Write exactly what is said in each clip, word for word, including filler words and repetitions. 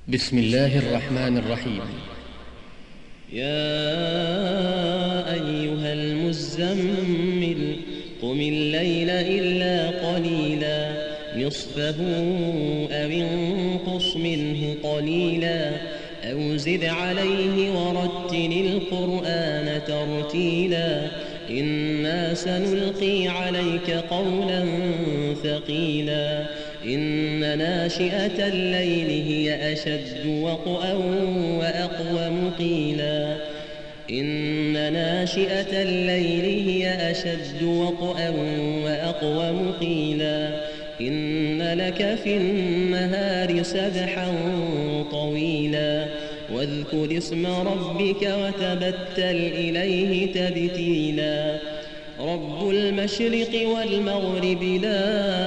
بسم الله الرحمن الرحيم. يا أيها المزمل قم الليل إلا قليلا نصفه أو انقص منه قليلا أو زد عليه ورتل القرآن ترتيلا إنا سنلقي عليك قولا ثقيلا إن ناشئة الليل هي أشد وطئا وأقوم قيلا إن ناشئة الليل هي أشد وطئا وأقوم قيلا إن لك في النهار سبحا طويلا واذكر اسم ربك وتبتل إليه تبتيلا رب المشرق والمغرب لا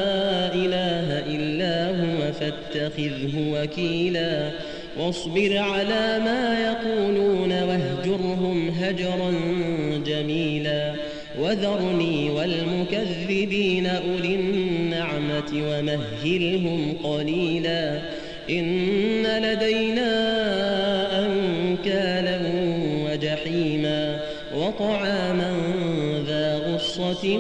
إله إلا هو فاتخذه وكيلا واصبر على ما يقولون واهجرهم هجرا جميلا وذرني والمكذبين أولي النعمة ومهلهم قليلا إن لدينا أنكالا وجحيما وطعاما ذا غصة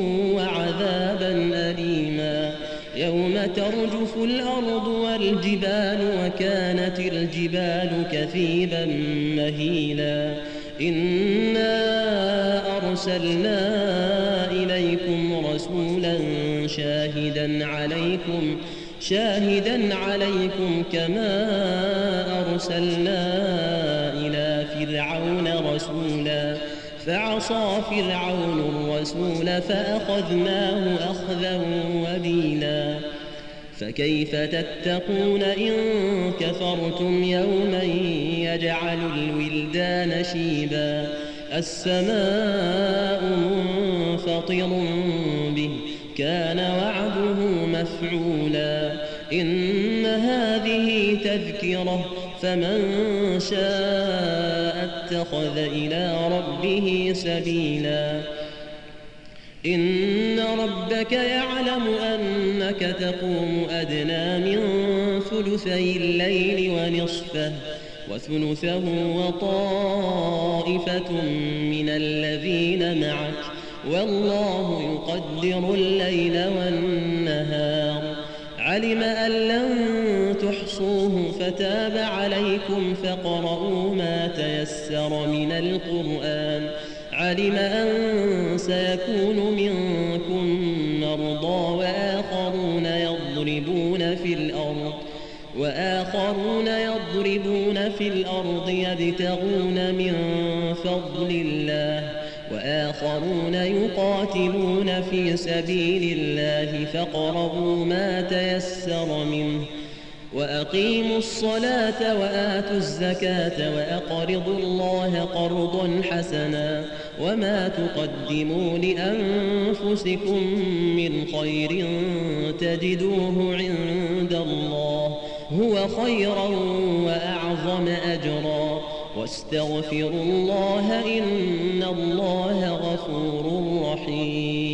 وعذابا أليما يوم ترجف الأرض والجبال وكانت الجبال كثيبا مهيلا إنا أرسلنا إليكم رسولا شاهدا عليكم شاهدا عليكم كما أرسلنا إلى فرعون رسولا فعصى فرعون الرسول فأخذناه أخذا وبيلا فكيف تتقون إن كفرتم يوما يجعل الولدان شيبا السماء منفطر به كان وعده مفعولا إن هذه تذكرة فمن شاء اتخذ إلى ربه سبيلا إن ربك يعلم أنك تقوم أدنى من ثلثي الليل ونصفه وثلثه وطائفة من الذين معك والله يقدر الليل والنهار علم أن لن تحصوه فتاب عليكم فاقرؤوا ما تيسر من القرآن علم أن سيكون منكم مرضى وآخرون يضربون في الأرض وآخرون يضربون في الأرض يبتغون من فضل الله وآخرون يقاتلون في سبيل الله فاقرؤوا ما تيسر منه وأقيموا الصلاة وآتوا الزكاة وأقرضوا الله قرضا حسنا وما تقدموا لأنفسكم من خير تجدوه عند الله هو خيرا وأعظم أجرا واستغفروا الله إن الله غفور رحيم.